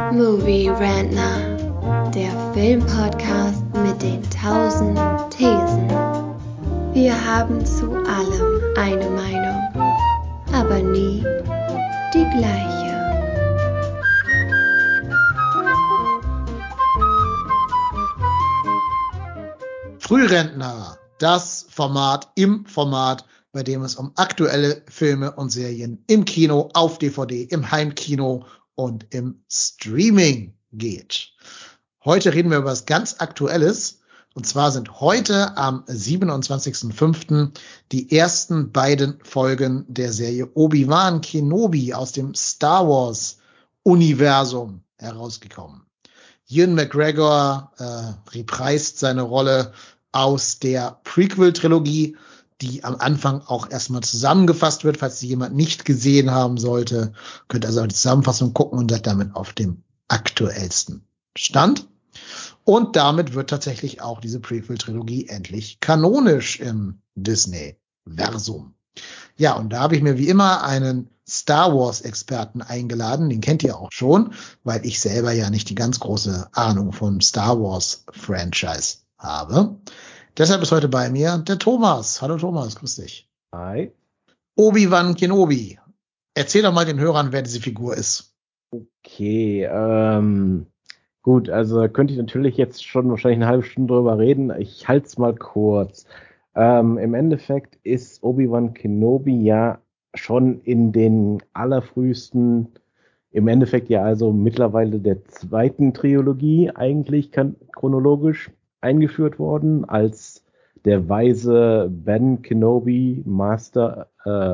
Movie Rantner, der Filmpodcast mit den 1000 Thesen. Wir haben zu allem eine Meinung, aber nie die gleiche. Frührentner, das Format im Format, bei dem es um aktuelle Filme und Serien im Kino, auf DVD, im Heimkino und im Streaming geht. Heute reden wir über was ganz Aktuelles. Und zwar sind heute am 27.05. die ersten beiden Folgen der Serie Obi-Wan Kenobi aus dem Star Wars Universum herausgekommen. Ewan McGregor repreist seine Rolle aus der Prequel-Trilogie, die am Anfang auch erstmal zusammengefasst wird, falls sie jemand nicht gesehen haben sollte. Könnt also die Zusammenfassung gucken und seid damit auf dem aktuellsten Stand. Und damit wird tatsächlich auch diese Prequel-Trilogie endlich kanonisch im Disney-Versum. Ja, und da habe ich mir wie immer einen Star Wars-Experten eingeladen. Den kennt ihr auch schon, weil ich selber ja nicht die ganz große Ahnung vom Star Wars-Franchise habe. Deshalb ist heute bei mir der Thomas. Hallo Thomas, grüß dich. Hi. Obi-Wan Kenobi. Erzähl doch mal den Hörern, wer diese Figur ist. Okay, gut, also da könnte ich natürlich jetzt schon wahrscheinlich eine halbe Stunde drüber reden. Ich halte es mal kurz. Im Endeffekt ist Obi-Wan Kenobi ja schon in den allerfrühesten, im Endeffekt ja also mittlerweile der zweiten Trilogie eigentlich chronologisch eingeführt worden, als der weise Ben Kenobi Master,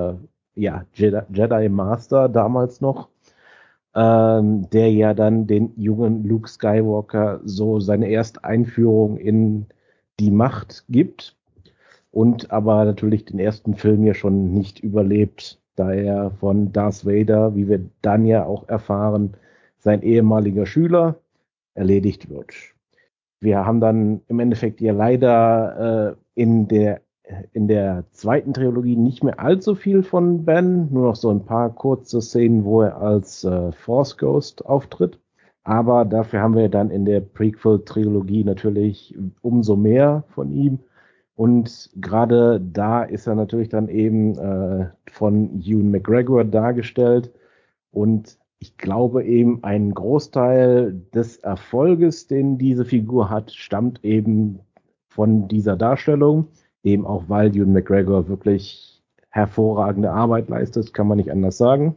Jedi Master damals noch, der ja dann den jungen Luke Skywalker so seine erste Einführung in die Macht gibt und aber natürlich den ersten Film ja schon nicht überlebt, da er von Darth Vader, wie wir dann ja auch erfahren, sein ehemaliger Schüler erledigt wird. Wir haben dann im Endeffekt ja leider in der zweiten Trilogie nicht mehr allzu viel von Ben, nur noch so ein paar kurze Szenen, wo er als Force Ghost auftritt. Aber dafür haben wir dann in der Prequel-Trilogie natürlich umso mehr von ihm. Und gerade da ist er natürlich dann eben von Ewan McGregor dargestellt. Und ich glaube eben, ein Großteil des Erfolges, den diese Figur hat, stammt eben von dieser Darstellung. Eben auch, weil Ewan McGregor wirklich hervorragende Arbeit leistet, kann man nicht anders sagen.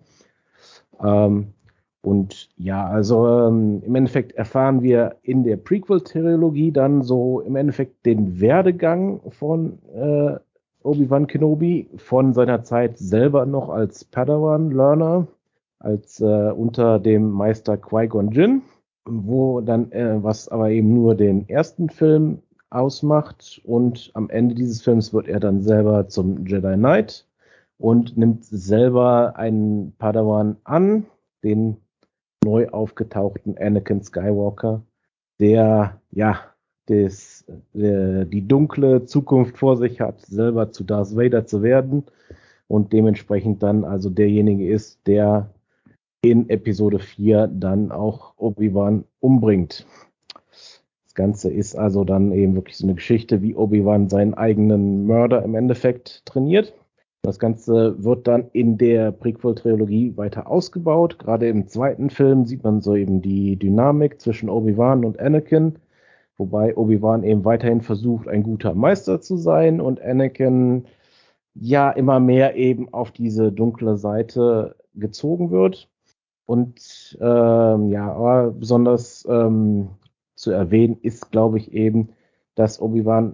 Und ja, also im Endeffekt erfahren wir in der Prequel-Trilogie dann so im Endeffekt den Werdegang von Obi-Wan Kenobi, von seiner Zeit selber noch als Padawan-Learner, als unter dem Meister Qui-Gon Jinn, wo dann, was aber eben nur den ersten Film ausmacht, und am Ende dieses Films wird er dann selber zum Jedi Knight und nimmt selber einen Padawan an, den neu aufgetauchten Anakin Skywalker, der ja die dunkle Zukunft vor sich hat, selber zu Darth Vader zu werden und dementsprechend dann also derjenige ist, der in Episode 4 dann auch Obi-Wan umbringt. Das Ganze ist also dann eben wirklich so eine Geschichte, wie Obi-Wan seinen eigenen Mörder im Endeffekt trainiert. Das Ganze wird dann in der Prequel-Trilogie weiter ausgebaut. Gerade im zweiten Film sieht man so eben die Dynamik zwischen Obi-Wan und Anakin, wobei Obi-Wan eben weiterhin versucht, ein guter Meister zu sein und Anakin ja immer mehr eben auf diese dunkle Seite gezogen wird. Und aber besonders zu erwähnen ist, glaube ich, eben, dass Obi-Wan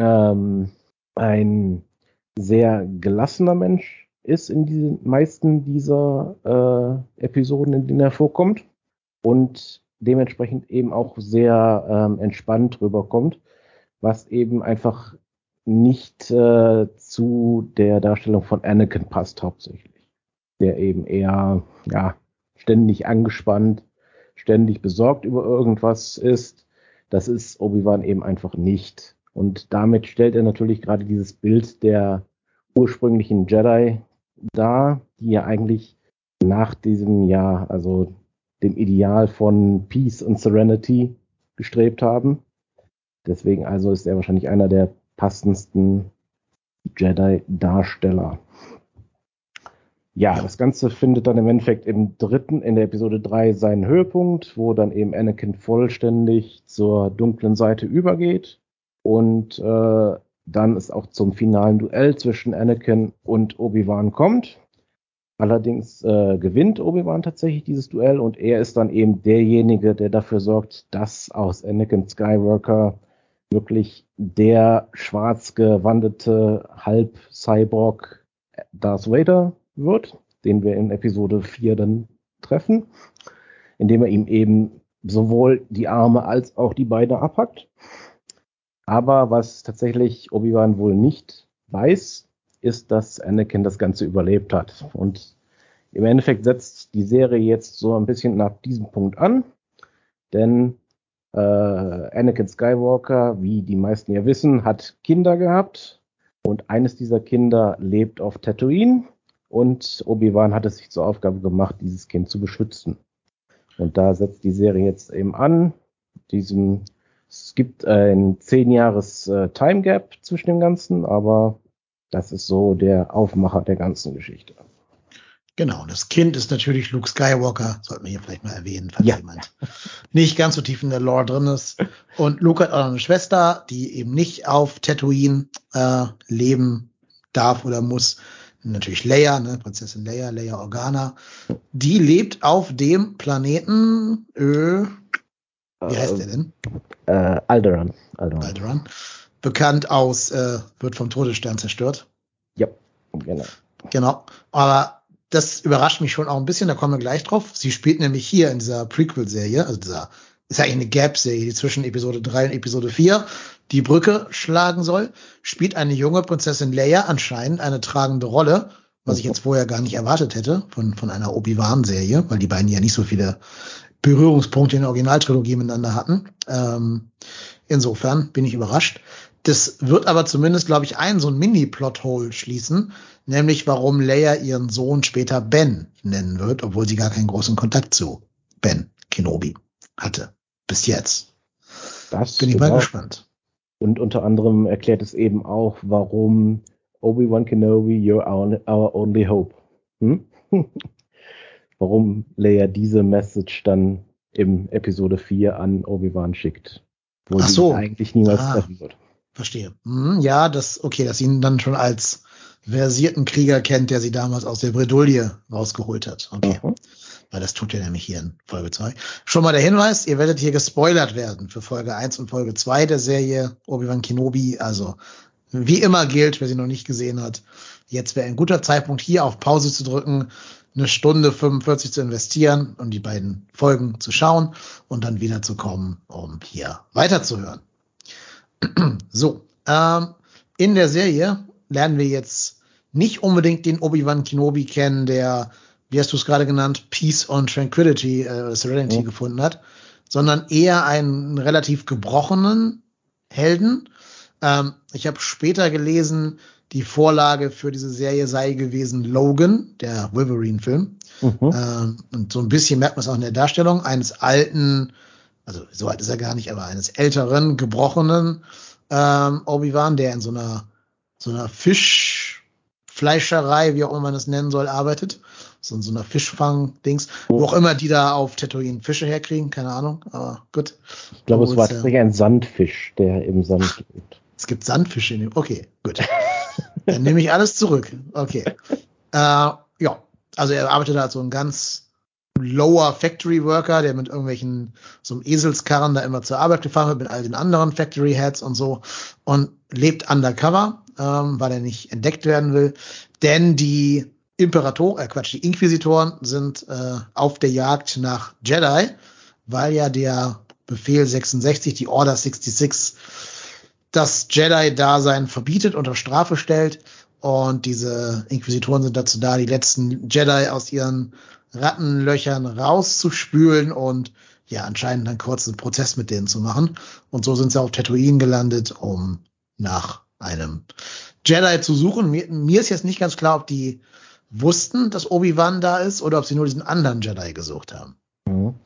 ein sehr gelassener Mensch ist in den meisten dieser Episoden, in denen er vorkommt, und dementsprechend eben auch sehr entspannt rüberkommt, was eben einfach nicht zu der Darstellung von Anakin passt hauptsächlich, der eben eher ständig angespannt, ständig besorgt über irgendwas ist. Das ist Obi-Wan eben einfach nicht. Und damit stellt er natürlich gerade dieses Bild der ursprünglichen Jedi dar, die ja eigentlich nach diesem Jahr, also dem Ideal von Peace und Serenity gestrebt haben. Deswegen also ist er wahrscheinlich einer der passendsten Jedi-Darsteller. Ja, das Ganze findet dann im Endeffekt in der Episode 3 seinen Höhepunkt, wo dann eben Anakin vollständig zur dunklen Seite übergeht und dann es auch zum finalen Duell zwischen Anakin und Obi-Wan kommt. Allerdings gewinnt Obi-Wan tatsächlich dieses Duell und er ist dann eben derjenige, der dafür sorgt, dass aus Anakin Skywalker wirklich der schwarz gewandelte Halb-Cyborg Darth Vader wird, den wir in Episode 4 dann treffen, indem er ihm eben sowohl die Arme als auch die Beine abhackt. Aber was tatsächlich Obi-Wan wohl nicht weiß, ist, dass Anakin das Ganze überlebt hat. Und im Endeffekt setzt die Serie jetzt so ein bisschen nach diesem Punkt an, denn Anakin Skywalker, wie die meisten ja wissen, hat Kinder gehabt und eines dieser Kinder lebt auf Tatooine und Obi-Wan hat es sich zur Aufgabe gemacht, dieses Kind zu beschützen. Und da setzt die Serie jetzt eben an. Es gibt ein 10-Jahres Time Gap zwischen dem Ganzen, aber das ist so der Aufmacher der ganzen Geschichte. Genau, das Kind ist natürlich Luke Skywalker, sollten wir hier vielleicht mal erwähnen, falls jemand nicht ganz so tief in der Lore drin ist. Und Luke hat auch noch eine Schwester, die eben nicht auf Tatooine leben darf oder muss. Natürlich Leia, ne, Prinzessin Leia Organa. Die lebt auf dem Planeten, wie heißt der denn? Alderaan. Bekannt aus, wird vom Todesstern zerstört. Ja, genau. Aber das überrascht mich schon auch ein bisschen, da kommen wir gleich drauf. Sie spielt nämlich hier in dieser Prequel-Serie, also ist ja eigentlich eine Gap-Serie, die zwischen Episode 3 und Episode 4 die Brücke schlagen soll, spielt eine junge Prinzessin Leia anscheinend eine tragende Rolle, was ich jetzt vorher gar nicht erwartet hätte von einer Obi-Wan-Serie, weil die beiden ja nicht so viele Berührungspunkte in der Originaltrilogie miteinander hatten. Insofern bin ich überrascht. Das wird aber zumindest, glaube ich, so ein Mini-Plot-Hole schließen, nämlich warum Leia ihren Sohn später Ben nennen wird, obwohl sie gar keinen großen Kontakt zu Ben Kenobi hatte. Bis jetzt. Das bin ich mal gespannt. Und unter anderem erklärt es eben auch, warum Obi-Wan Kenobi, you're our only hope. Warum Leia diese Message dann im Episode 4 an Obi-Wan schickt. Wo sie ihn eigentlich niemals treffen wird. Verstehe. Ja, dass sie ihn dann schon als versierten Krieger kennt, der sie damals aus der Bredouille rausgeholt hat. Okay. Weil das tut er nämlich hier in Folge 2. Schon mal der Hinweis, ihr werdet hier gespoilert werden für Folge 1 und Folge 2 der Serie Obi-Wan Kenobi. Also wie immer gilt, wer sie noch nicht gesehen hat, jetzt wäre ein guter Zeitpunkt, hier auf Pause zu drücken, 1:45 zu investieren und die beiden Folgen zu schauen und dann wiederzukommen, um hier weiterzuhören. So, in der Serie lernen wir jetzt nicht unbedingt den Obi-Wan Kenobi kennen, der, wie hast du es gerade genannt, Peace and Tranquility, Serenity gefunden hat, sondern eher einen relativ gebrochenen Helden. Ich habe später gelesen, die Vorlage für diese Serie sei gewesen Logan, der Wolverine-Film. Und so ein bisschen merkt man es auch in der Darstellung eines alten, also so alt ist er gar nicht, aber eines älteren, gebrochenen Obi-Wan, der in so einer Fischfleischerei, wie auch immer man das nennen soll, arbeitet. So in so einer Fischfang-Dings. Wo auch immer die da auf Tatooine Fische herkriegen, keine Ahnung, aber gut. Ich glaube, es war tatsächlich ein Sandfisch, der im Sand lebt. Es gibt Sandfische in dem. Okay, gut. Dann nehme ich alles zurück. Okay. Also er arbeitet da als so ein ganz lower Factory Worker, der mit irgendwelchen, so einem Eselskarren da immer zur Arbeit gefahren wird, mit all den anderen Factory Heads und so, und lebt undercover, weil er nicht entdeckt werden will, denn die die Inquisitoren sind auf der Jagd nach Jedi, weil ja der Befehl 66, die Order 66, das Jedi-Dasein verbietet, unter Strafe stellt, und diese Inquisitoren sind dazu da, die letzten Jedi aus ihren Rattenlöchern rauszuspülen und ja, anscheinend einen kurzen Prozess mit denen zu machen. Und so sind sie auf Tatooine gelandet, um nach einem Jedi zu suchen. Mir ist jetzt nicht ganz klar, ob die wussten, dass Obi-Wan da ist oder ob sie nur diesen anderen Jedi gesucht haben.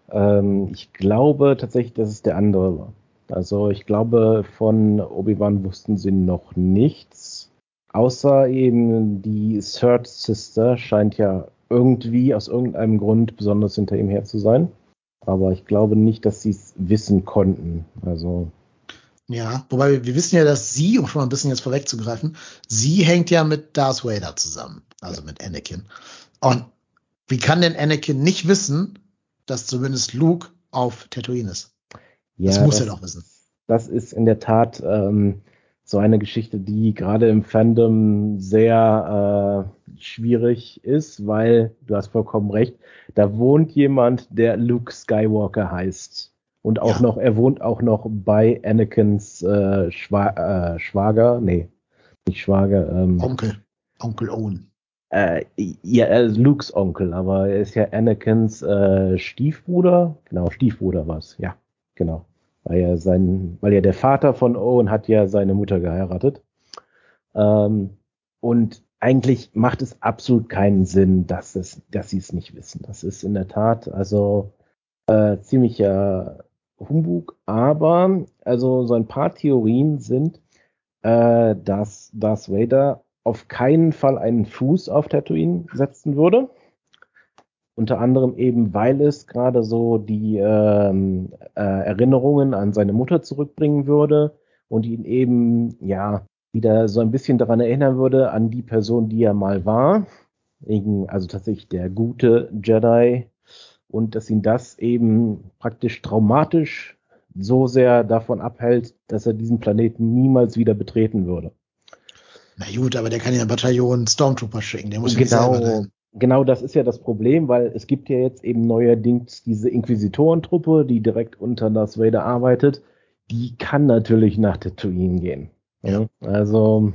Ich glaube tatsächlich, dass es der andere war. Also ich glaube, von Obi-Wan wussten sie noch nichts. Außer eben die Third Sister scheint ja irgendwie aus irgendeinem Grund besonders hinter ihm her zu sein. Aber ich glaube nicht, dass sie es wissen konnten. Also Ja, wobei wir wissen ja, dass sie, um schon mal ein bisschen jetzt vorwegzugreifen, sie hängt ja mit Darth Vader zusammen, also mit Anakin. Und wie kann denn Anakin nicht wissen, dass zumindest Luke auf Tatooine ist? Das ja, muss er doch wissen. das ist in der Tat so eine Geschichte, die gerade im Fandom sehr schwierig ist, weil, du hast vollkommen recht, da wohnt jemand, der Luke Skywalker heißt. Und auch Ja. noch, er wohnt auch noch bei Anakins Schwager, nee, nicht Schwager, Onkel Owen. ja, er ist Lukes Onkel, aber er ist ja Anakins Stiefbruder. Genau, Stiefbruder war es, ja, genau. Weil ja der Vater von Owen hat ja seine Mutter geheiratet. Und eigentlich macht es absolut keinen Sinn, dass sie es nicht wissen. Das ist in der Tat also ziemlicher Humbug. Aber also so ein paar Theorien sind, dass Darth Vader auf keinen Fall einen Fuß auf Tatooine setzen würde. Unter anderem eben, weil es gerade so die Erinnerungen an seine Mutter zurückbringen würde und ihn eben, ja, wieder so ein bisschen daran erinnern würde, an die Person, die er mal war. Also tatsächlich der gute Jedi. Und dass ihn das eben praktisch traumatisch so sehr davon abhält, dass er diesen Planeten niemals wieder betreten würde. Na gut, aber der kann ja ein Bataillon Stormtrooper schicken, der muss ja nicht selber dahin. Genau, das ist ja das Problem, weil es gibt ja jetzt eben neuerdings diese Inquisitoren-Truppe, die direkt unter Darth Vader arbeitet. Die kann natürlich nach Tatooine gehen. Ja. Also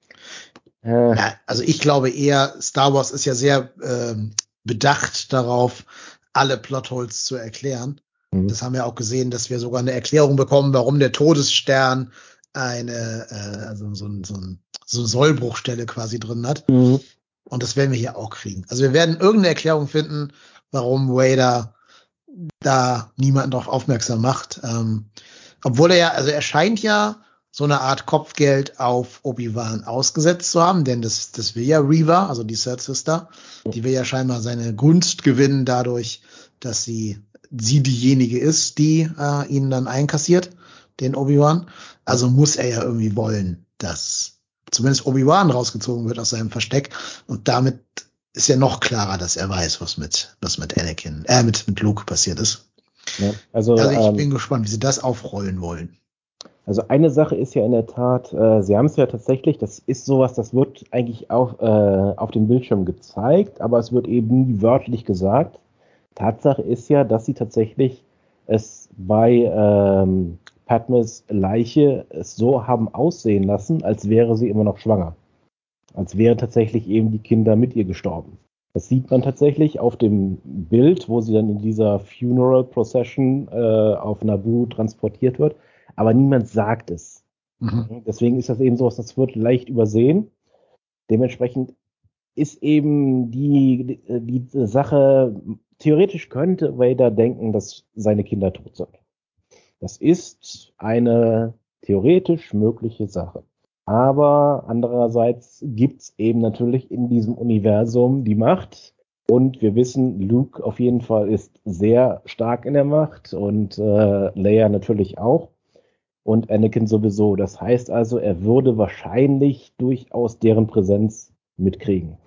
Na, also ich glaube eher, Star Wars ist ja sehr bedacht darauf, alle Plotholes zu erklären. Das haben wir auch gesehen, dass wir sogar eine Erklärung bekommen, warum der Todesstern also so eine Sollbruchstelle quasi drin hat. Und das werden wir hier auch kriegen. Also wir werden irgendeine Erklärung finden, warum Vader da niemanden darauf aufmerksam macht. Obwohl er scheint ja so eine Art Kopfgeld auf Obi-Wan ausgesetzt zu haben, denn das will ja Reva, also die Third Sister, die will ja scheinbar seine Gunst gewinnen dadurch, dass sie diejenige ist, die ihn dann einkassiert, den Obi-Wan. Also muss er ja irgendwie wollen, dass zumindest Obi-Wan rausgezogen wird aus seinem Versteck. Und damit ist ja noch klarer, dass er weiß, was mit Anakin, mit Luke passiert ist. Ja, also ich bin gespannt, wie sie das aufrollen wollen. Also eine Sache ist ja in der Tat, sie haben es ja tatsächlich, das ist sowas, das wird eigentlich auch auf dem Bildschirm gezeigt, aber es wird eben nie wörtlich gesagt. Tatsache ist ja, dass sie tatsächlich es bei Padmes Leiche es so haben aussehen lassen, als wäre sie immer noch schwanger. Als wären tatsächlich eben die Kinder mit ihr gestorben. Das sieht man tatsächlich auf dem Bild, wo sie dann in dieser Funeral Procession auf Naboo transportiert wird. Aber niemand sagt es. Deswegen ist das eben so, das wird leicht übersehen. Dementsprechend ist eben die Sache, theoretisch könnte Vader denken, dass seine Kinder tot sind. Das ist eine theoretisch mögliche Sache. Aber andererseits gibt es eben natürlich in diesem Universum die Macht. Und wir wissen, Luke auf jeden Fall ist sehr stark in der Macht und Leia natürlich auch. Und Anakin sowieso. Das heißt also, er würde wahrscheinlich durchaus deren Präsenz mitkriegen.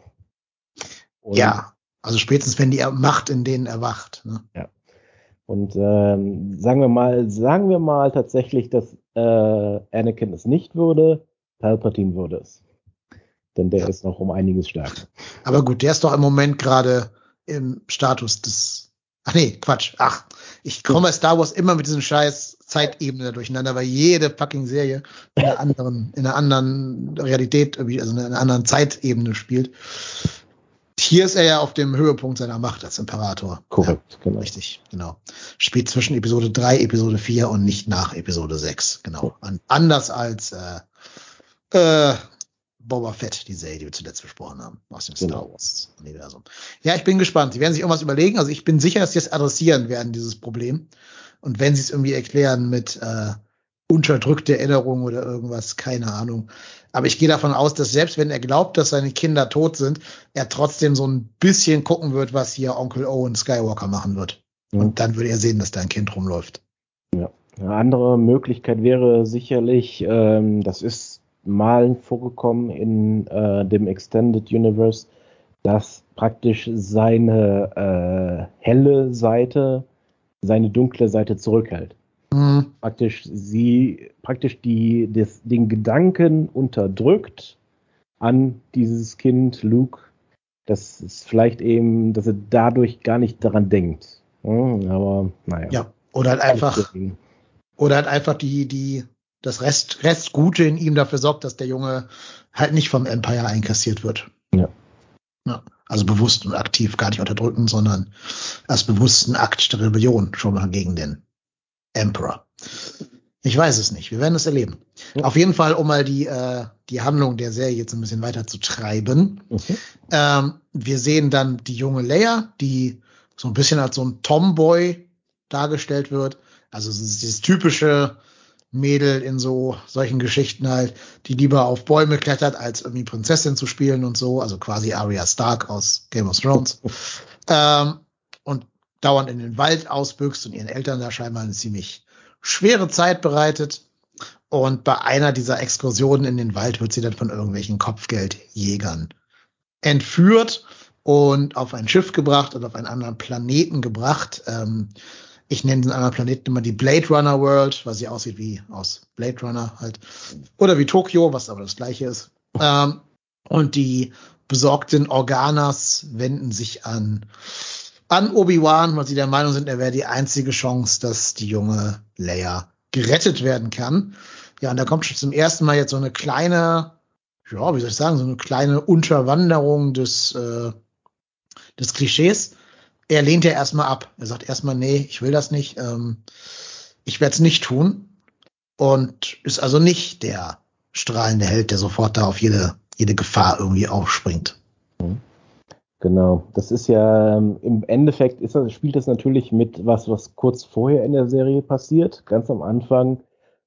Und, ja, also spätestens wenn die Macht in denen erwacht. Ne? Ja. Und sagen wir mal tatsächlich, dass Anakin es nicht würde, Palpatine würde es. Denn der ist noch um einiges stärker. Aber gut, der ist doch im Moment gerade im Status des. Ach nee, Quatsch. Ich komme bei Star Wars immer mit diesem scheiß Zeitebene durcheinander, weil jede fucking Serie in einer anderen Realität, also in einer anderen Zeitebene spielt. Hier ist er ja auf dem Höhepunkt seiner Macht als Imperator. Korrekt, ja, genau. Richtig, genau. Spielt zwischen Episode 3, Episode 4 und nicht nach Episode 6. Genau. Anders als Boba Fett, die Serie, die wir zuletzt besprochen haben, aus dem Genau. Star Wars-Universum. Ja, ich bin gespannt. Sie werden sich irgendwas überlegen. Also ich bin sicher, dass sie es adressieren werden, dieses Problem. Und wenn sie es irgendwie erklären mit unterdrückte Erinnerung oder irgendwas, keine Ahnung. Aber ich gehe davon aus, dass selbst wenn er glaubt, dass seine Kinder tot sind, er trotzdem so ein bisschen gucken wird, was hier Onkel Owen Skywalker machen wird. Und dann würde er sehen, dass da ein Kind rumläuft. Ja. Eine andere Möglichkeit wäre sicherlich, das ist mal vorgekommen in dem Extended Universe, dass praktisch seine helle Seite seine dunkle Seite zurückhält. Praktisch den Gedanken unterdrückt an dieses Kind Luke, dass es vielleicht eben, dass er dadurch gar nicht daran denkt. Aber naja. Ja, oder halt einfach das Restgute in ihm dafür sorgt, dass der Junge halt nicht vom Empire einkassiert wird. Ja. Ja, also bewusst und aktiv, gar nicht unterdrücken, sondern als bewussten Akt der Rebellion schon mal gegen den Emperor. Ich weiß es nicht. Wir werden es erleben. Ja. Auf jeden Fall, um mal die Handlung der Serie jetzt ein bisschen weiter zu treiben. Wir sehen dann die junge Leia, die so ein bisschen als so ein Tomboy dargestellt wird. Also dieses typische Mädel in so solchen Geschichten halt, die lieber auf Bäume klettert, als irgendwie Prinzessin zu spielen und so. Also quasi Arya Stark aus Game of Thrones. Und dauernd in den Wald ausbüchst und ihren Eltern da scheinbar eine ziemlich schwere Zeit bereitet. Und bei einer dieser Exkursionen in den Wald wird sie dann von irgendwelchen Kopfgeldjägern entführt und auf ein Schiff gebracht und auf einen anderen Planeten gebracht. Ich nenne den anderen Planeten immer die Blade Runner World, weil sie aussieht wie aus Blade Runner halt. Oder wie Tokio, was aber das gleiche ist. Und die besorgten Organas wenden sich an Obi-Wan, weil sie der Meinung sind, er wäre die einzige Chance, dass die junge Leia gerettet werden kann. Ja, und da kommt schon zum ersten Mal jetzt so eine kleine, ja, wie soll ich sagen, so eine kleine Unterwanderung des Klischees. Er lehnt ja erstmal ab. Er sagt erstmal, nee, ich will das nicht. Ich werde es nicht tun. Und ist also nicht der strahlende Held, der sofort da auf jede Gefahr irgendwie aufspringt. Genau, das ist ja im Endeffekt spielt das natürlich mit was kurz vorher in der Serie passiert. Ganz am Anfang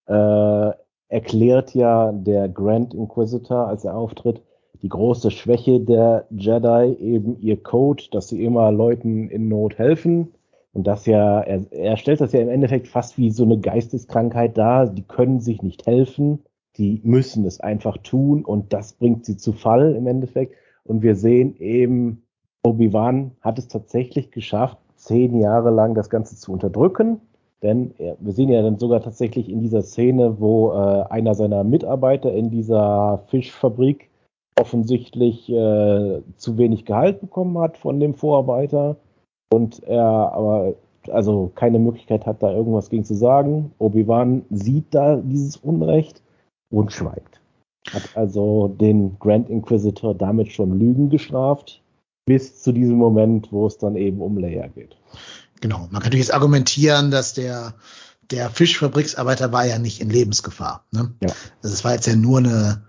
erklärt ja der Grand Inquisitor, als er auftritt, die große Schwäche der Jedi, eben ihr Code, dass sie immer Leuten in Not helfen. Und das ja, er stellt das ja im Endeffekt fast wie so eine Geisteskrankheit dar. Die können sich nicht helfen, die müssen es einfach tun und das bringt sie zu Fall im Endeffekt. Und wir sehen eben, Obi-Wan hat es tatsächlich geschafft, 10 Jahre lang das Ganze zu unterdrücken. Denn wir sehen ja dann sogar tatsächlich in dieser Szene, wo einer seiner Mitarbeiter in dieser Fischfabrik offensichtlich zu wenig Gehalt bekommen hat von dem Vorarbeiter und er aber also keine Möglichkeit hat, da irgendwas gegen zu sagen. Obi-Wan sieht da dieses Unrecht und schweigt. Hat also den Grand Inquisitor damit schon Lügen gestraft, bis zu diesem Moment, wo es dann eben um Leia geht. Genau. Man kann natürlich jetzt argumentieren, dass der Fischfabriksarbeiter war ja nicht in Lebensgefahr. Ne? Ja. Also es war jetzt ja nur eine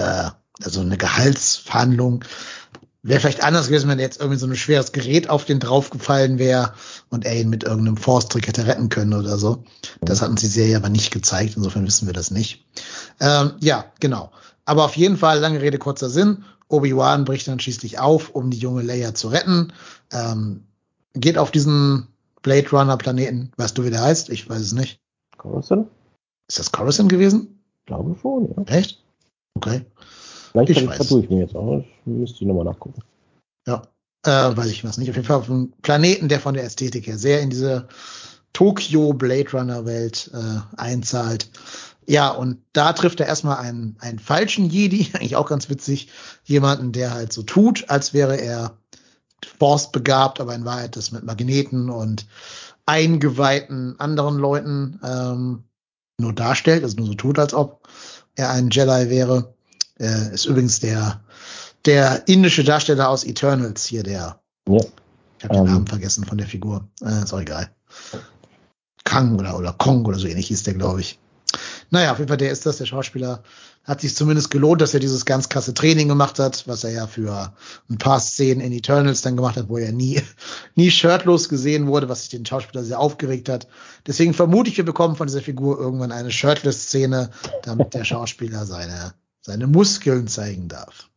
Gehaltsverhandlung. Wäre vielleicht anders gewesen, wenn jetzt irgendwie so ein schweres Gerät auf den draufgefallen wäre und er ihn mit irgendeinem Force-Trick hätte retten können oder so. Das hat uns die Serie aber nicht gezeigt. Insofern wissen wir das nicht. Ja, genau. Aber auf jeden Fall, lange Rede, kurzer Sinn. Obi-Wan bricht dann schließlich auf, um die junge Leia zu retten. Geht auf diesen Blade Runner Planeten. Weißt du, wie der heißt? Ich weiß es nicht. Coruscant? Ist das Coruscant gewesen? Glaube schon, ja. Echt? Okay. Vielleicht vertue ich mir jetzt auch. Müsste ich nochmal nachgucken. Ja, weiß ich was nicht. Auf jeden Fall auf einem Planeten, der von der Ästhetik her sehr in diese Tokyo Blade Runner Welt einzahlt. Ja, und da trifft er erstmal einen falschen Jedi, eigentlich auch ganz witzig. Jemanden, der halt so tut, als wäre er Force begabt, aber in Wahrheit das mit Magneten und eingeweihten anderen Leuten nur darstellt, also nur so tut, als ob er ein Jedi wäre. Ist übrigens der indische Darsteller aus Eternals hier, ich habe den Namen vergessen von der Figur. Ist auch egal. Kang oder Kong oder so ähnlich hieß der, glaube ich. Naja, auf jeden Fall, der ist das, der Schauspieler. Hat sich zumindest gelohnt, dass er dieses ganz krasse Training gemacht hat, was er ja für ein paar Szenen in Eternals dann gemacht hat, wo er nie shirtlos gesehen wurde, was sich den Schauspieler sehr aufgeregt hat. Deswegen vermute ich, wir bekommen von dieser Figur irgendwann eine Shirtless-Szene, damit der Schauspieler seine Muskeln zeigen darf.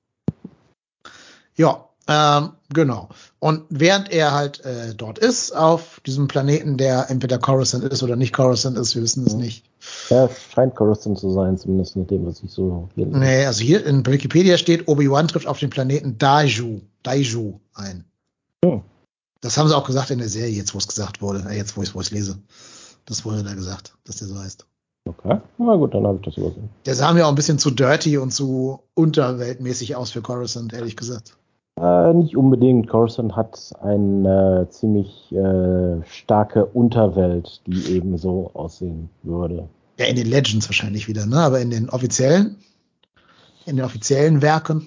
Ja, genau. Und während er halt dort ist, auf diesem Planeten, der entweder Coruscant ist oder nicht Coruscant ist, wir wissen es nicht. Ja, scheint Coruscant zu sein, zumindest mit dem, was ich so hier lese. Nee, also hier in Wikipedia steht, Obi-Wan trifft auf den Planeten Daiju ein. Das haben sie auch gesagt in der Serie, jetzt wo es gesagt wurde, jetzt wo ich es lese. Das wurde da gesagt, dass der so heißt. Okay, na gut, dann habe ich das übersehen. Der sah mir auch ein bisschen zu dirty und zu unterweltmäßig aus für Coruscant, ehrlich gesagt. Nicht unbedingt. Coruscant hat eine ziemlich starke Unterwelt, die eben so aussehen würde. Ja, in den Legends wahrscheinlich wieder, ne? Aber in den offiziellen Werken.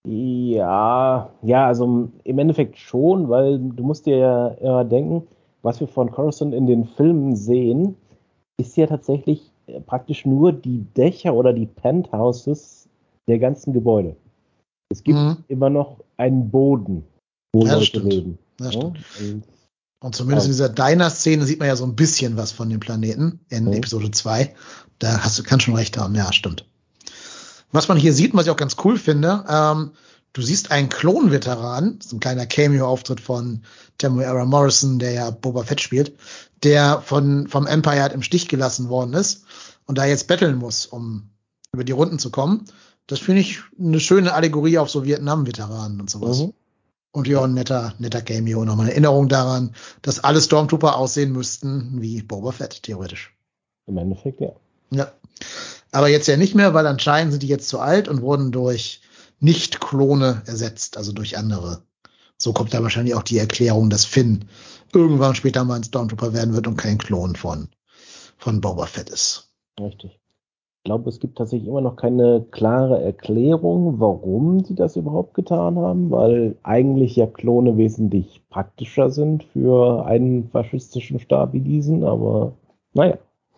Ja, also im Endeffekt schon, weil du musst dir ja immer denken, was wir von Coruscant in den Filmen sehen, ist ja tatsächlich praktisch nur die Dächer oder die Penthouses der ganzen Gebäude. Es gibt immer noch einen Boden, wo Leute leben. Das stimmt. Und zumindest in dieser Diner-Szene sieht man ja so ein bisschen was von dem Planeten in Episode 2. Da kannst schon recht haben, ja, stimmt. Was man hier sieht, was ich auch ganz cool finde, du siehst einen Klon-Veteran, so ein kleiner Cameo-Auftritt von Temuera Morrison, der ja Boba Fett spielt, der vom Empire halt im Stich gelassen worden ist und da jetzt betteln muss, um über die Runden zu kommen. Das finde ich eine schöne Allegorie auf so Vietnam-Veteranen und sowas. Und ja, ein netter Cameo. Nochmal eine Erinnerung daran, dass alle Stormtrooper aussehen müssten wie Boba Fett, theoretisch. Im Endeffekt, ja. Ja. Aber jetzt ja nicht mehr, weil anscheinend sind die jetzt zu alt und wurden durch Nicht-Klone ersetzt, also durch andere. So kommt da wahrscheinlich auch die Erklärung, dass Finn irgendwann später mal ein Stormtrooper werden wird und kein Klon von Boba Fett ist. Richtig. Ich glaube, es gibt tatsächlich immer noch keine klare Erklärung, warum sie das überhaupt getan haben, weil eigentlich ja Klone wesentlich praktischer sind für einen faschistischen Staat wie diesen, aber naja.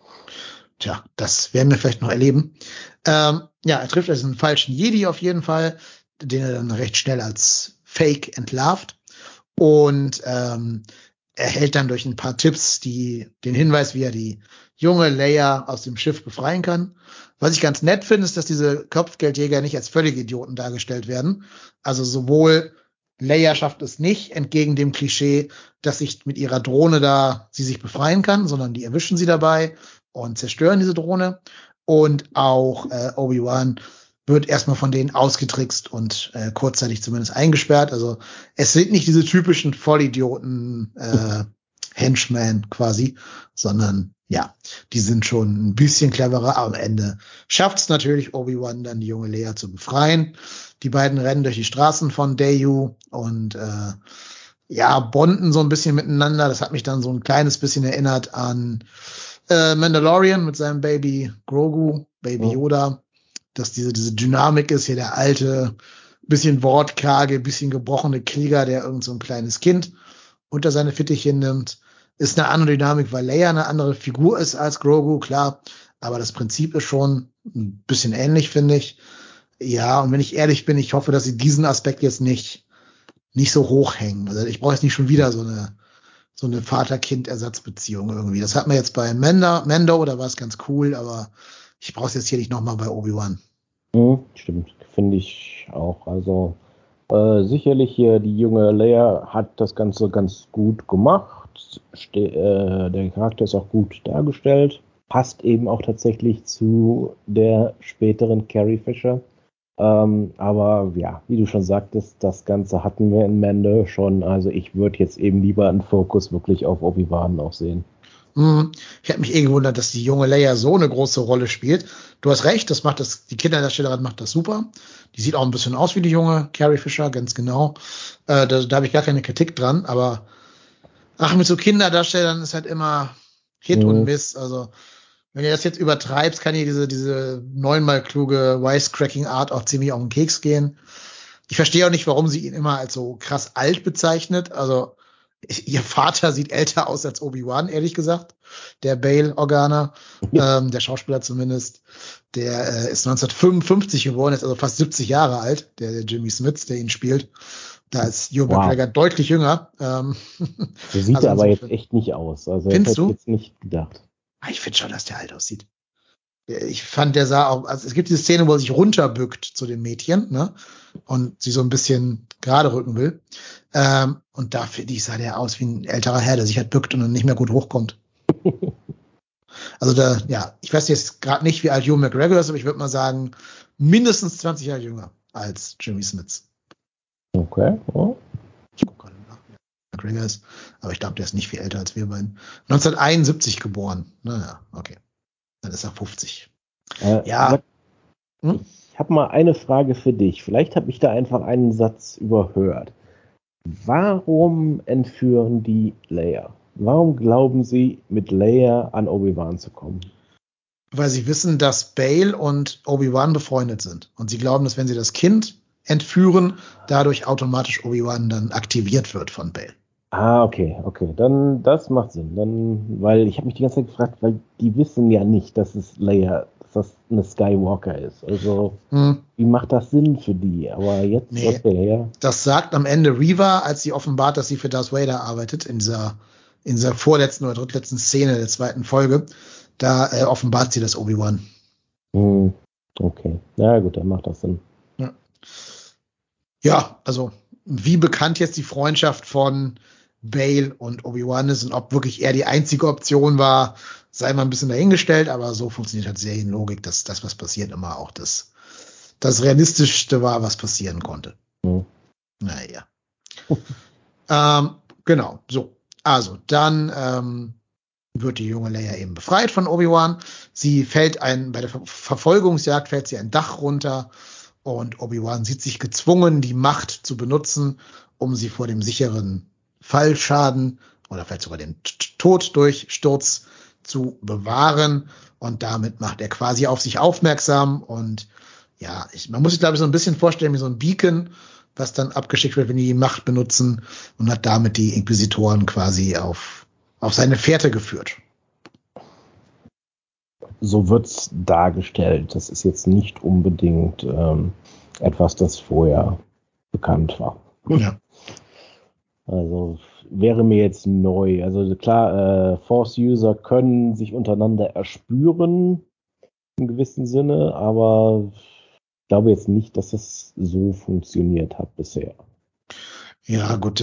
Tja, das werden wir vielleicht noch erleben. Ja, er trifft also einen falschen Jedi auf jeden Fall, den er dann recht schnell als Fake entlarvt und erhält dann durch ein paar Tipps den Hinweis, wie er die junge Leia aus dem Schiff befreien kann. Was ich ganz nett finde, ist, dass diese Kopfgeldjäger nicht als völlige Idioten dargestellt werden. Also sowohl Leia schafft es nicht, entgegen dem Klischee, dass sich mit ihrer Drohne sie sich befreien kann, sondern die erwischen sie dabei und zerstören diese Drohne. Und auch Obi-Wan wird erstmal von denen ausgetrickst und kurzzeitig zumindest eingesperrt. Also es sind nicht diese typischen Vollidioten Henchmen quasi, sondern ja, die sind schon ein bisschen cleverer. Aber am Ende schafft es natürlich Obi-Wan dann, die junge Leia zu befreien. Die beiden rennen durch die Straßen von Dayu und bonden so ein bisschen miteinander. Das hat mich dann so ein kleines bisschen erinnert an Mandalorian mit seinem Baby Grogu, Baby Yoda, dass diese Dynamik ist, hier der alte, bisschen wortkarge, bisschen gebrochene Krieger, der irgend so ein kleines Kind unter seine Fittiche nimmt. Ist eine andere Dynamik, weil Leia eine andere Figur ist als Grogu, klar, aber das Prinzip ist schon ein bisschen ähnlich, finde ich. Ja, und wenn ich ehrlich bin, ich hoffe, dass sie diesen Aspekt jetzt nicht so hochhängen. Also ich brauche jetzt nicht schon wieder so eine Vater-Kind-Ersatzbeziehung irgendwie. Das hat man jetzt bei Mando, da war es ganz cool, aber ich brauche es jetzt hier nicht nochmal bei Obi-Wan. Stimmt, finde ich auch. Also sicherlich hier die junge Leia hat das Ganze ganz gut gemacht. Der Charakter ist auch gut dargestellt. Passt eben auch tatsächlich zu der späteren Carrie Fisher. Aber ja, wie du schon sagtest, das Ganze hatten wir in Mando schon. Also ich würde jetzt eben lieber einen Fokus wirklich auf Obi-Wan auch sehen. Ich habe mich gewundert, dass die junge Leia so eine große Rolle spielt. Du hast recht, die Kinderdarstellerin macht das super. Die sieht auch ein bisschen aus wie die junge Carrie Fisher, ganz genau. Da habe ich gar keine Kritik dran, aber mit so Kinderdarstellern ist halt immer Hit und Miss. Also wenn ihr das jetzt übertreibt, kann ihr diese neunmal kluge Wisecracking-Art auch ziemlich auf den Keks gehen. Ich verstehe auch nicht, warum sie ihn immer als so krass alt bezeichnet. Also Ihr Vater sieht älter aus als Obi-Wan, ehrlich gesagt. Der Bail Organa, der Schauspieler zumindest, der ist 1955 geboren, ist also fast 70 Jahre alt, der Jimmy Smits, der ihn spielt. Da ist Ewan McGregor deutlich jünger. So sieht also er aber jetzt echt nicht aus. Also das hätte ich jetzt nicht gedacht. Ich finde schon, dass der alt aussieht. Ich fand, der sah auch, also es gibt diese Szene, wo er sich runterbückt zu dem Mädchen, ne? Und sie so ein bisschen gerade rücken will. Und da finde ich, sah der aus wie ein älterer Herr, der sich halt bückt und dann nicht mehr gut hochkommt. Also da, ja, ich weiß jetzt gerade nicht, wie alt Ewan McGregor ist, aber ich würde mal sagen, mindestens 20 Jahre jünger als Jimmy Smits. Okay. Oh. Ich gucke gerade nach, wie McGregor ist, aber ich glaube, der ist nicht viel älter als wir beiden. 1971 geboren. Naja, okay. Dann ist er 50. Ja. Ich habe mal eine Frage für dich. Vielleicht habe ich da einfach einen Satz überhört. Warum entführen die Leia? Warum glauben sie, mit Leia an Obi-Wan zu kommen? Weil sie wissen, dass Bail und Obi-Wan befreundet sind. Und sie glauben, dass wenn sie das Kind entführen, dadurch automatisch Obi-Wan dann aktiviert wird von Bail. Okay. Dann, das macht Sinn. Dann, weil ich habe mich die ganze Zeit gefragt, weil die wissen ja nicht, dass es Leia, dass das eine Skywalker ist. Also, wie macht das Sinn für die? Aber jetzt, okay, ja. Das sagt am Ende Reva, als sie offenbart, dass sie für Darth Vader arbeitet, in dieser vorletzten oder drittletzten Szene der zweiten Folge. Da offenbart sie das Obi-Wan. Okay. Ja, gut, dann macht das Sinn. Ja, also, wie bekannt jetzt die Freundschaft von Bail und Obi-Wan ist und ob wirklich er die einzige Option war, sei mal ein bisschen dahingestellt, aber so funktioniert halt Serienlogik, dass das, was passiert, immer auch das Realistischste war, was passieren konnte. Naja. Genau, so. Also, dann wird die junge Leia eben befreit von Obi-Wan. Sie fällt bei der Verfolgungsjagd fällt sie ein Dach runter und Obi-Wan sieht sich gezwungen, die Macht zu benutzen, um sie vor dem sicheren Fallschaden oder vielleicht sogar den Tod durch Sturz zu bewahren. Und damit macht er quasi auf sich aufmerksam. Und ja, man muss sich, glaube ich, so ein bisschen vorstellen wie so ein Beacon, was dann abgeschickt wird, wenn die Macht benutzen, und hat damit die Inquisitoren quasi auf seine Fährte geführt. So wird's dargestellt. Das ist jetzt nicht unbedingt etwas, das vorher bekannt war. Ja. Also wäre mir jetzt neu. Also klar, Force-User können sich untereinander erspüren im gewissen Sinne, aber ich glaube jetzt nicht, dass das so funktioniert hat bisher. Ja, gut,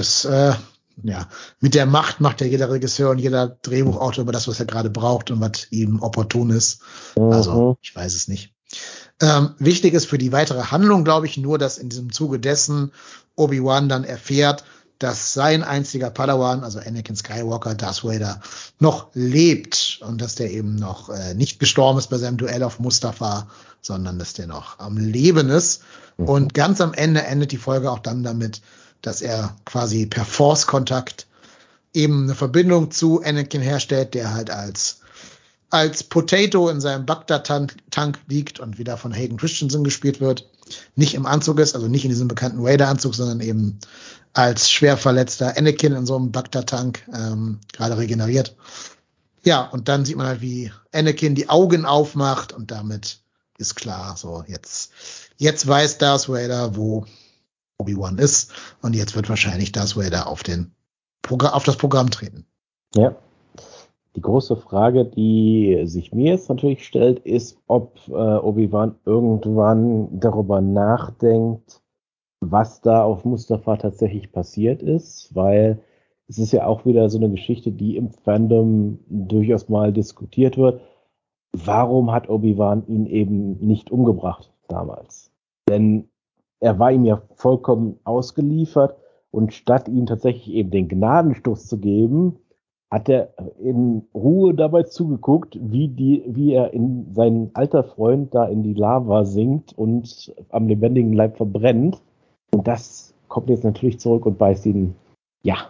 mit der Macht macht ja jeder Regisseur und jeder Drehbuchautor über das, was er gerade braucht und was ihm opportun ist. Also, ich weiß es nicht. Wichtig ist für die weitere Handlung, glaube ich, nur, dass in diesem Zuge dessen Obi-Wan dann erfährt, dass sein einziger Padawan, also Anakin Skywalker, Darth Vader, noch lebt und dass der eben noch nicht gestorben ist bei seinem Duell auf Mustafar, sondern dass der noch am Leben ist. Und ganz am Ende endet die Folge auch dann damit, dass er quasi per Force-Kontakt eben eine Verbindung zu Anakin herstellt, der halt als Potato in seinem Bagdad-Tank liegt und wieder von Hayden Christensen gespielt wird. Nicht im Anzug ist, also nicht in diesem bekannten Vader-Anzug, sondern eben als schwer verletzter Anakin in so einem Bagdad-Tank gerade regeneriert. Ja, und dann sieht man halt, wie Anakin die Augen aufmacht und damit ist klar, so jetzt weiß Darth Vader, wo Obi-Wan ist, und jetzt wird wahrscheinlich Darth Vader auf das Programm treten. Ja. Die große Frage, die sich mir jetzt natürlich stellt, ist, ob Obi-Wan irgendwann darüber nachdenkt, was da auf Mustafar tatsächlich passiert ist, weil es ist ja auch wieder so eine Geschichte, die im Fandom durchaus mal diskutiert wird. Warum hat Obi-Wan ihn eben nicht umgebracht damals? Denn er war ihm ja vollkommen ausgeliefert und statt ihm tatsächlich eben den Gnadenstoß zu geben, hat er in Ruhe dabei zugeguckt, wie er in seinen alter Freund da in die Lava sinkt und am lebendigen Leib verbrennt. Und das kommt jetzt natürlich zurück und beißt ihn, ja.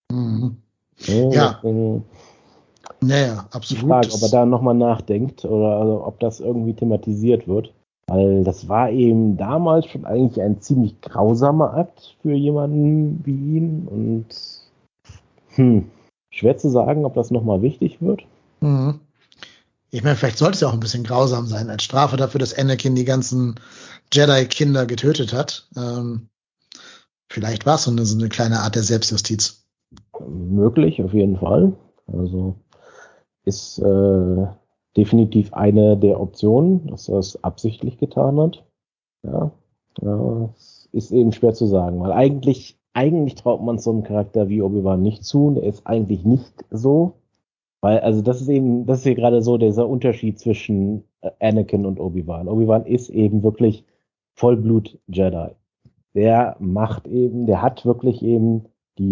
Ja. Naja, absolut. Die Frage, ob er da nochmal nachdenkt oder also, ob das irgendwie thematisiert wird. Weil das war eben damals schon eigentlich ein ziemlich grausamer Akt für jemanden wie ihn. Und Schwer zu sagen, ob das nochmal wichtig wird. Mhm. Ich meine, vielleicht sollte es ja auch ein bisschen grausam sein, als Strafe dafür, dass Anakin die ganzen Jedi-Kinder getötet hat. Vielleicht war es so eine kleine Art der Selbstjustiz. Möglich, auf jeden Fall. Also ist definitiv eine der Optionen, dass er es absichtlich getan hat. Ja, es ist eben schwer zu sagen, weil eigentlich traut man so einem Charakter wie Obi-Wan nicht zu. Der ist eigentlich nicht so. Weil, also das ist hier gerade so dieser Unterschied zwischen Anakin und Obi-Wan. Obi-Wan ist eben wirklich Vollblut-Jedi. Der hat wirklich eben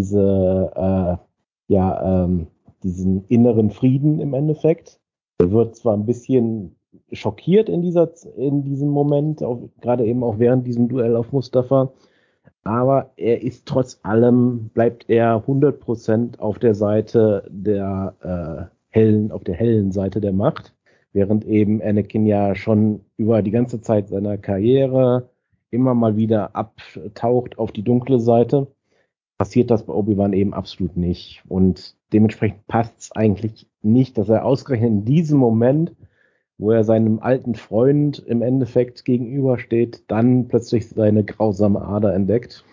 diesen inneren Frieden im Endeffekt. Er wird zwar ein bisschen schockiert in diesem Moment, gerade eben auch während diesem Duell auf Mustafa, aber er ist trotz allem, bleibt er 100% auf der Seite auf der hellen Seite der Macht, während eben Anakin ja schon über die ganze Zeit seiner Karriere immer mal wieder abtaucht auf die dunkle Seite, passiert das bei Obi-Wan eben absolut nicht. Und dementsprechend passt es eigentlich nicht, dass er ausgerechnet in diesem Moment, wo er seinem alten Freund im Endeffekt gegenübersteht, dann plötzlich seine grausame Ader entdeckt.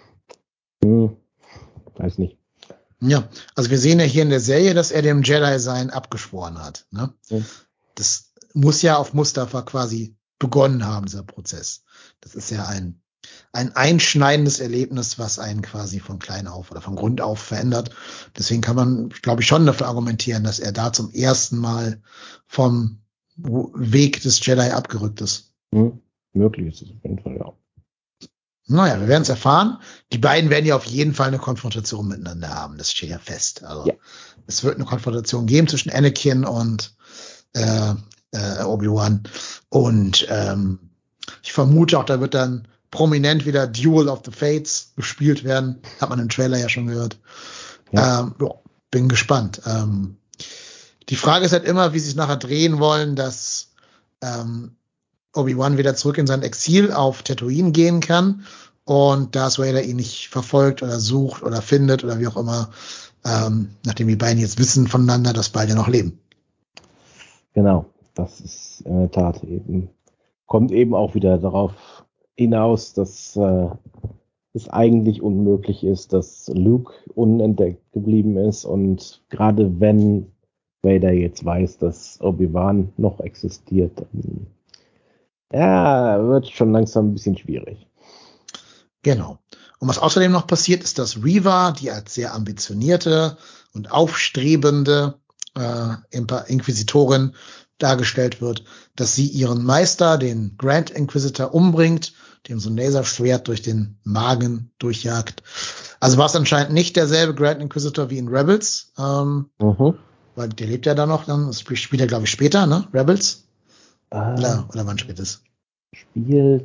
Weiß nicht. Ja, also wir sehen ja hier in der Serie, dass er dem Jedi-Sein abgeschworen hat. Ne? Das muss ja auf Mustafa quasi begonnen haben, dieser Prozess. Das ist ja ein einschneidendes Erlebnis, was einen quasi von klein auf oder von Grund auf verändert. Deswegen kann man, glaube ich, schon dafür argumentieren, dass er da zum ersten Mal vom Weg des Jedi abgerückt ist. Möglich ist es auf jeden Fall, ja. Naja, wir werden es erfahren. Die beiden werden ja auf jeden Fall eine Konfrontation miteinander haben. Das steht ja fest. Also ja. Es wird eine Konfrontation geben zwischen Anakin und Obi-Wan. Und ich vermute auch, da wird dann prominent wieder Duel of the Fates gespielt werden. Hat man im Trailer ja schon gehört. Ja. Bin gespannt. Die Frage ist halt immer, wie sie es nachher drehen wollen, dass Obi-Wan wieder zurück in sein Exil auf Tatooine gehen kann und Darth Vader ihn nicht verfolgt oder sucht oder findet oder wie auch immer, nachdem die beiden jetzt wissen voneinander, dass beide noch leben. Genau, das ist in der Tat kommt eben auch wieder darauf hinaus, dass es eigentlich unmöglich ist, dass Luke unentdeckt geblieben ist, und gerade wenn Vader jetzt weiß, dass Obi-Wan noch existiert, dann wird schon langsam ein bisschen schwierig. Genau. Und was außerdem noch passiert, ist, dass Reva, die als sehr ambitionierte und aufstrebende Inquisitorin dargestellt wird, dass sie ihren Meister, den Grand Inquisitor, umbringt, dem so ein Laserschwert durch den Magen durchjagt. Also war es anscheinend nicht derselbe Grand Inquisitor wie in Rebels, weil der lebt ja da noch, dann das spielt er, glaube ich, später, ne? Rebels? Oder wann spielt es? Spielt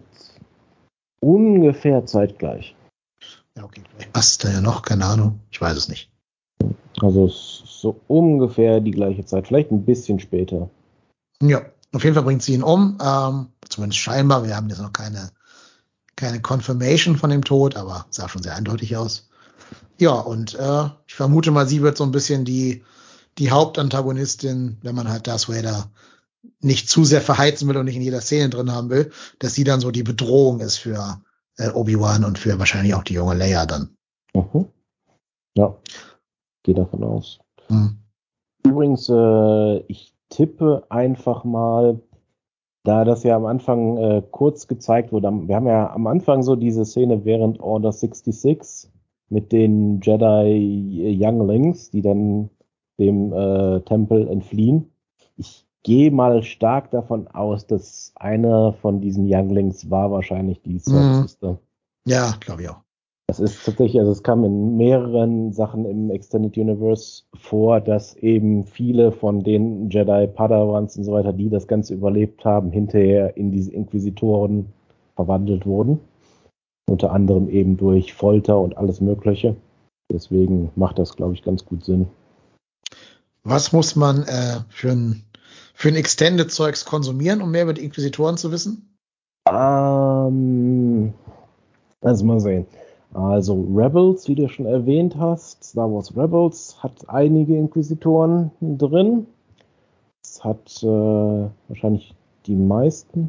ungefähr zeitgleich. Ja, okay. Vielleicht passt da ja noch, keine Ahnung. Ich weiß es nicht. Also so ungefähr die gleiche Zeit, vielleicht ein bisschen später. Ja, auf jeden Fall bringt sie ihn um. Zumindest scheinbar. Wir haben jetzt noch keine Confirmation von dem Tod, aber sah schon sehr eindeutig aus. Ja, und ich vermute mal, sie wird so ein bisschen die Hauptantagonistin, wenn man halt Darth Vader nicht zu sehr verheizen will und nicht in jeder Szene drin haben will, dass sie dann so die Bedrohung ist für Obi-Wan und für wahrscheinlich auch die junge Leia dann. Ja, gehe davon aus. Übrigens, ich tippe einfach mal, da das ja am Anfang kurz gezeigt wurde, wir haben ja am Anfang so diese Szene während Order 66 mit den Jedi Younglings, die dann dem Tempel entfliehen. Ich gehe mal stark davon aus, dass einer von diesen Younglings war wahrscheinlich die Separatisten. Ja, glaube ich auch. Das ist tatsächlich, also es kam in mehreren Sachen im Extended Universe vor, dass eben viele von den Jedi Padawans und so weiter, die das Ganze überlebt haben, hinterher in diese Inquisitoren verwandelt wurden. Unter anderem eben durch Folter und alles Mögliche. Deswegen macht das, glaube ich, ganz gut Sinn. Was muss man für ein Extended-Zeugs konsumieren, um mehr über die Inquisitoren zu wissen? Also mal sehen. Also Rebels, wie du schon erwähnt hast, Star Wars Rebels hat einige Inquisitoren drin. Es hat wahrscheinlich die meisten.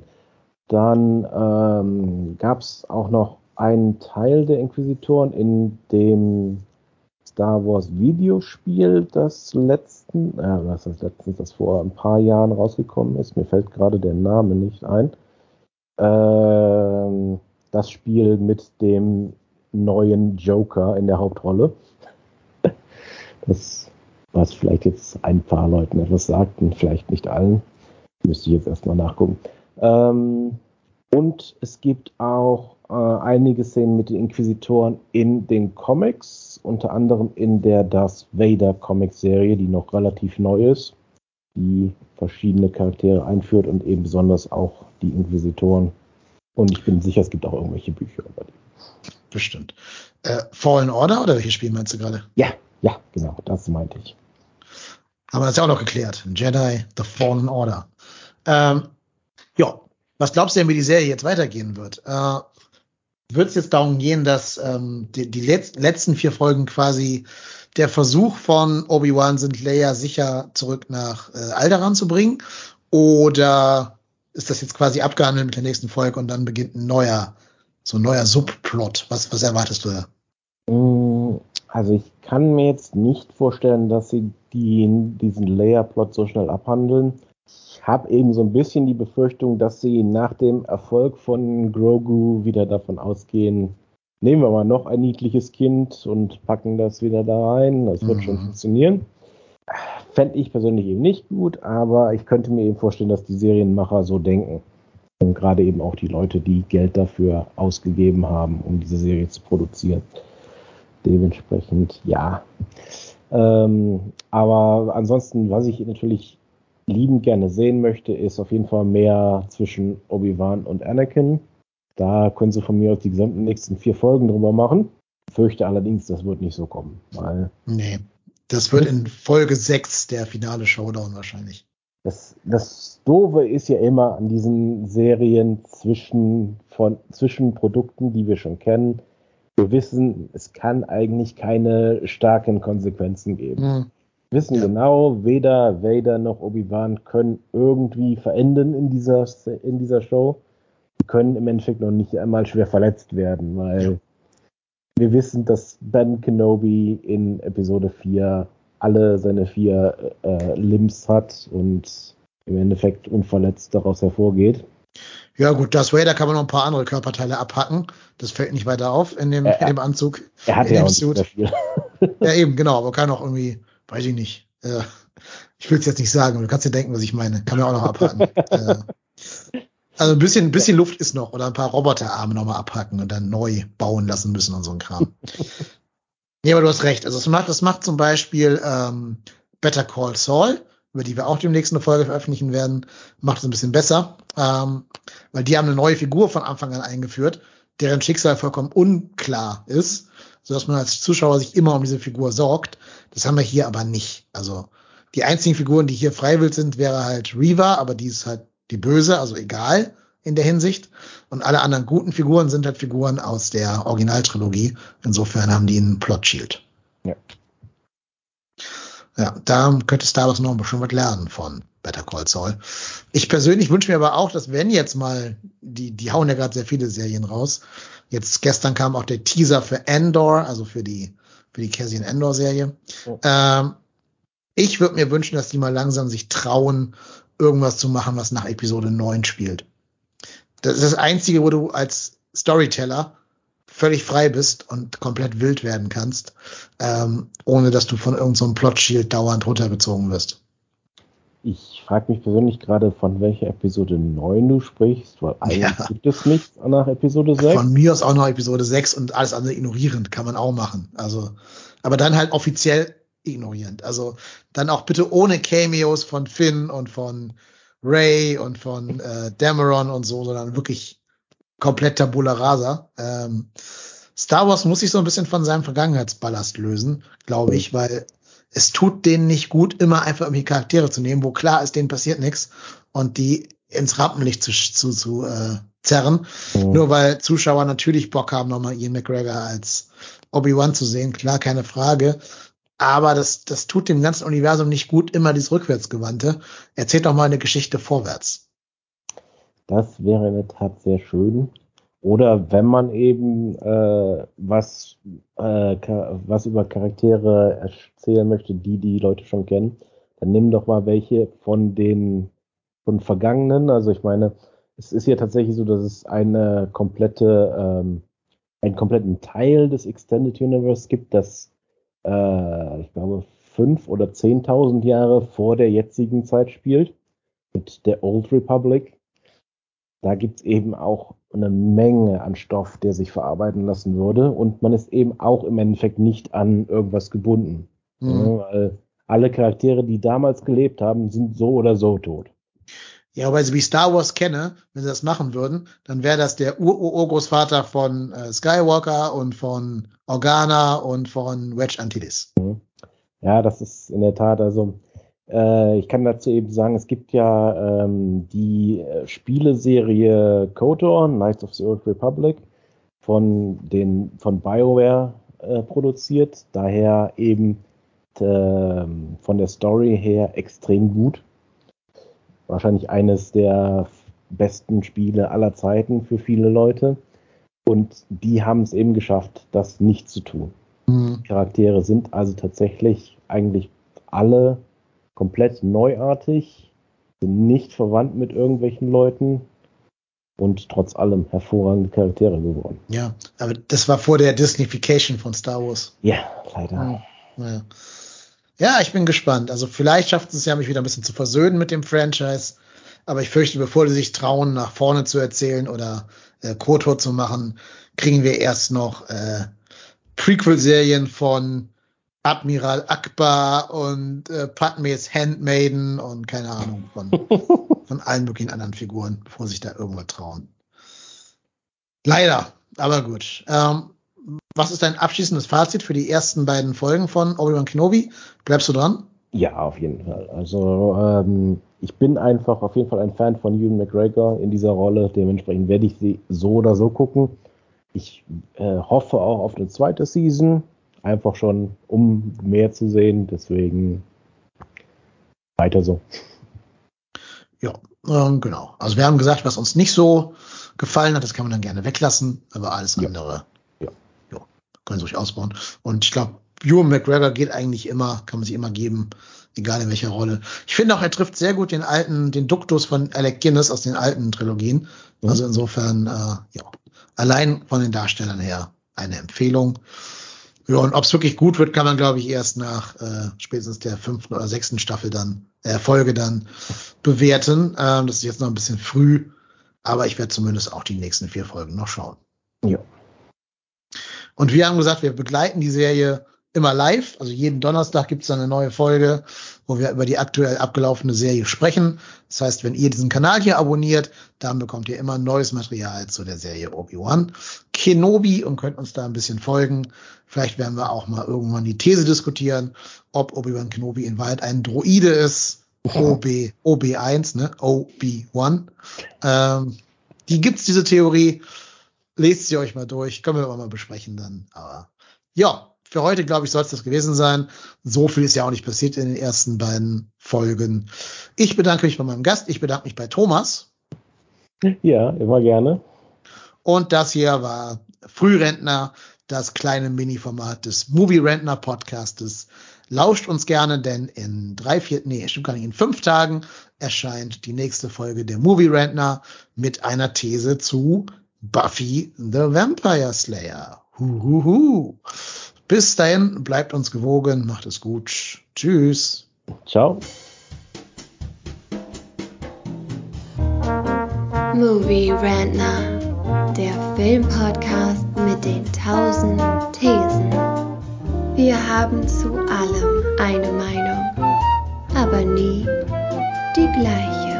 Dann gab es auch noch einen Teil der Inquisitoren in dem Star Wars Videospiel, das vor ein paar Jahren rausgekommen ist. Mir fällt gerade der Name nicht ein. Das Spiel mit dem neuen Joker in der Hauptrolle. Das, was vielleicht jetzt ein paar Leuten etwas sagt und vielleicht nicht allen. Müsste ich jetzt erstmal nachgucken. Und es gibt auch einige Szenen mit den Inquisitoren in den Comics, unter anderem in der Darth Vader Comic-Serie, die noch relativ neu ist, die verschiedene Charaktere einführt und eben besonders auch die Inquisitoren. Und ich bin sicher, es gibt auch irgendwelche Bücher über die. Bestimmt. Fallen Order oder welches Spiel meinst du gerade? Ja, genau, das meinte ich. Haben wir das ja auch noch geklärt. Jedi, The Fallen Order. Ja, was glaubst du denn, wie die Serie jetzt weitergehen wird? Wird es jetzt darum gehen, dass die letzten 4 Folgen quasi der Versuch von Obi-Wan sind, Leia sicher zurück nach Alderaan zu bringen? Oder ist das jetzt quasi abgehandelt mit der nächsten Folge und dann beginnt ein neuer Subplot? Was erwartest du da? Also ich kann mir jetzt nicht vorstellen, dass sie diesen Leia-Plot so schnell abhandeln. Ich habe eben so ein bisschen die Befürchtung, dass sie nach dem Erfolg von Grogu wieder davon ausgehen, nehmen wir mal noch ein niedliches Kind und packen das wieder da rein. Das wird schon funktionieren. Fände ich persönlich eben nicht gut, aber ich könnte mir eben vorstellen, dass die Serienmacher so denken. Und gerade eben auch die Leute, die Geld dafür ausgegeben haben, um diese Serie zu produzieren. Dementsprechend, ja. Aber ansonsten, was ich natürlich liebend gerne sehen möchte, ist auf jeden Fall mehr zwischen Obi-Wan und Anakin. Da können sie von mir aus die gesamten nächsten 4 Folgen drüber machen. Fürchte allerdings, das wird nicht so kommen. Nee, das wird in Folge 6 der finale Showdown wahrscheinlich. Das Doofe ist ja immer an diesen Serien zwischen Produkten, die wir schon kennen. Wir wissen, es kann eigentlich keine starken Konsequenzen geben. Wir wissen genau, weder Vader noch Obi-Wan können irgendwie verenden in dieser Show. Die können im Endeffekt noch nicht einmal schwer verletzt werden, weil wir wissen, dass Ben Kenobi in Episode 4 alle seine 4 Limbs hat und im Endeffekt unverletzt daraus hervorgeht. Ja gut, Darth Vader kann man noch ein paar andere Körperteile abhacken. Das fällt nicht weiter auf in dem Anzug. Er hat ja auch nicht sehr viel. Ja eben, genau, aber kann auch irgendwie, weiß ich nicht. Ich will es jetzt nicht sagen, du kannst dir denken, was ich meine. Kann man auch noch abhacken. Also ein bisschen Luft ist noch oder ein paar Roboterarme nochmal abhacken und dann neu bauen lassen müssen und so ein Kram. Nee, aber du hast recht. Also das macht zum Beispiel Better Call Saul, über die wir auch demnächst eine Folge veröffentlichen werden, macht es ein bisschen besser, weil die haben eine neue Figur von Anfang an eingeführt, deren Schicksal vollkommen unklar ist, sodass man als Zuschauer sich immer um diese Figur sorgt. Das haben wir hier aber nicht. Also die einzigen Figuren, die hier freiwillig sind, wäre halt Reva, aber die ist halt die Böse, also egal in der Hinsicht. Und alle anderen guten Figuren sind halt Figuren aus der Originaltrilogie. Insofern haben die einen Plot-Shield. Ja, da könnte Star Wars noch ein bisschen was lernen von Better Call Saul. Ich persönlich wünsche mir aber auch, dass wenn jetzt mal, die hauen ja gerade sehr viele Serien raus. Jetzt gestern kam auch der Teaser für Andor, also für die Cassian Andor Serie. Ich würde mir wünschen, dass die mal langsam sich trauen, irgendwas zu machen, was nach Episode 9 spielt. Das ist das Einzige, wo du als Storyteller völlig frei bist und komplett wild werden kannst, ohne dass du von irgendeinem so Plot-Shield dauernd runtergezogen wirst. Ich frage mich persönlich gerade, von welcher Episode 9 du sprichst, weil eigentlich gibt es nichts nach Episode 6. Von mir aus auch noch Episode 6 und alles andere ignorierend kann man auch machen. Also, aber dann halt offiziell ignorierend. Also dann auch bitte ohne Cameos von Finn und von Rey und von Dameron und so, sondern wirklich komplett Tabula Rasa. Star Wars muss sich so ein bisschen von seinem Vergangenheitsballast lösen, glaube ich, weil es tut denen nicht gut, immer einfach irgendwie Charaktere zu nehmen, wo klar ist, denen passiert nichts und die ins Rampenlicht zu zerren. Nur weil Zuschauer natürlich Bock haben, nochmal Ian McGregor als Obi-Wan zu sehen. Klar, keine Frage. Aber das tut dem ganzen Universum nicht gut, immer dieses Rückwärtsgewandte. Erzählt doch mal eine Geschichte vorwärts. Das wäre in der Tat sehr schön. Oder wenn man eben was über Charaktere erzählen möchte, die Leute schon kennen, dann nimm doch mal welche von Vergangenen. Also ich meine, es ist ja tatsächlich so, dass es einen kompletten Teil des Extended Universe gibt, das ich glaube 5.000 oder 10.000 Jahre vor der jetzigen Zeit spielt, mit der Old Republic. Da gibt es eben auch eine Menge an Stoff, der sich verarbeiten lassen würde. Und man ist eben auch im Endeffekt nicht an irgendwas gebunden. Ja, weil alle Charaktere, die damals gelebt haben, sind so oder so tot. Ja, weil ich Star Wars kenne, wenn sie das machen würden, dann wäre das der Urgroßvater von Skywalker und von Organa und von Wedge Antilles. Ja, das ist in der Tat, also ich kann dazu eben sagen, es gibt ja die Spieleserie KOTOR, Knights of the Old Republic, von BioWare produziert, daher eben von der Story her extrem gut. Wahrscheinlich eines der besten Spiele aller Zeiten für viele Leute. Und die haben es eben geschafft, das nicht zu tun. Charaktere sind also tatsächlich eigentlich alle komplett neuartig, sind nicht verwandt mit irgendwelchen Leuten und trotz allem hervorragende Charaktere geworden. Ja, aber das war vor der Disneyfication von Star Wars. Ja, leider. Ja, ich bin gespannt. Also vielleicht schafft es ja, mich wieder ein bisschen zu versöhnen mit dem Franchise. Aber ich fürchte, bevor die sich trauen, nach vorne zu erzählen oder KOTOR zu machen, kriegen wir erst noch Prequel-Serien von Admiral Akbar und Padmes Handmaiden und keine Ahnung von allen möglichen anderen Figuren, bevor sich da irgendwas trauen. Leider, aber gut. Was ist dein abschließendes Fazit für die ersten beiden Folgen von Obi-Wan Kenobi? Bleibst du dran? Ja, auf jeden Fall. Also ich bin einfach auf jeden Fall ein Fan von Ewan McGregor in dieser Rolle. Dementsprechend werde ich sie so oder so gucken. Ich hoffe auch auf eine zweite Season. Einfach schon, um mehr zu sehen. Deswegen weiter so. Ja, genau. Also wir haben gesagt, was uns nicht so gefallen hat, das kann man dann gerne weglassen. Aber alles andere, ja, können Sie ruhig ausbauen. Und ich glaube, Ewan McGregor geht eigentlich immer, kann man sich immer geben, egal in welcher Rolle. Ich finde auch, er trifft sehr gut den Duktus von Alec Guinness aus den alten Trilogien. Also insofern, allein von den Darstellern her eine Empfehlung. Ja, und ob es wirklich gut wird, kann man, glaube ich, erst nach spätestens der 5. oder 6. Staffel Folge dann bewerten. Das ist jetzt noch ein bisschen früh, aber ich werde zumindest auch die nächsten 4 Folgen noch schauen. Ja. Und wir haben gesagt, wir begleiten die Serie immer live. Also jeden Donnerstag gibt es eine neue Folge, wo wir über die aktuell abgelaufene Serie sprechen. Das heißt, wenn ihr diesen Kanal hier abonniert, dann bekommt ihr immer neues Material zu der Serie Obi-Wan Kenobi und könnt uns da ein bisschen folgen. Vielleicht werden wir auch mal irgendwann die These diskutieren, ob Obi-Wan Kenobi in Wahrheit ein Droide ist. OB1, ne? OB1. Die gibt's, diese Theorie. Lest sie euch mal durch. Können wir aber mal besprechen dann. Aber ja, für heute, glaube ich, soll es das gewesen sein. So viel ist ja auch nicht passiert in den ersten beiden Folgen. Ich bedanke mich bei meinem Gast. Ich bedanke mich bei Thomas. Ja, immer gerne. Und das hier war Frührentner, das kleine Mini-Format des Movie-Rentner-Podcastes. Lauscht uns gerne, denn in 5 Tagen erscheint die nächste Folge der Movie-Rentner mit einer These zu Buffy the Vampire Slayer. Bis dahin, bleibt uns gewogen, macht es gut. Tschüss. Ciao. Movie Rantner, der Filmpodcast mit den 1000 Thesen. Wir haben zu allem eine Meinung, aber nie die gleiche.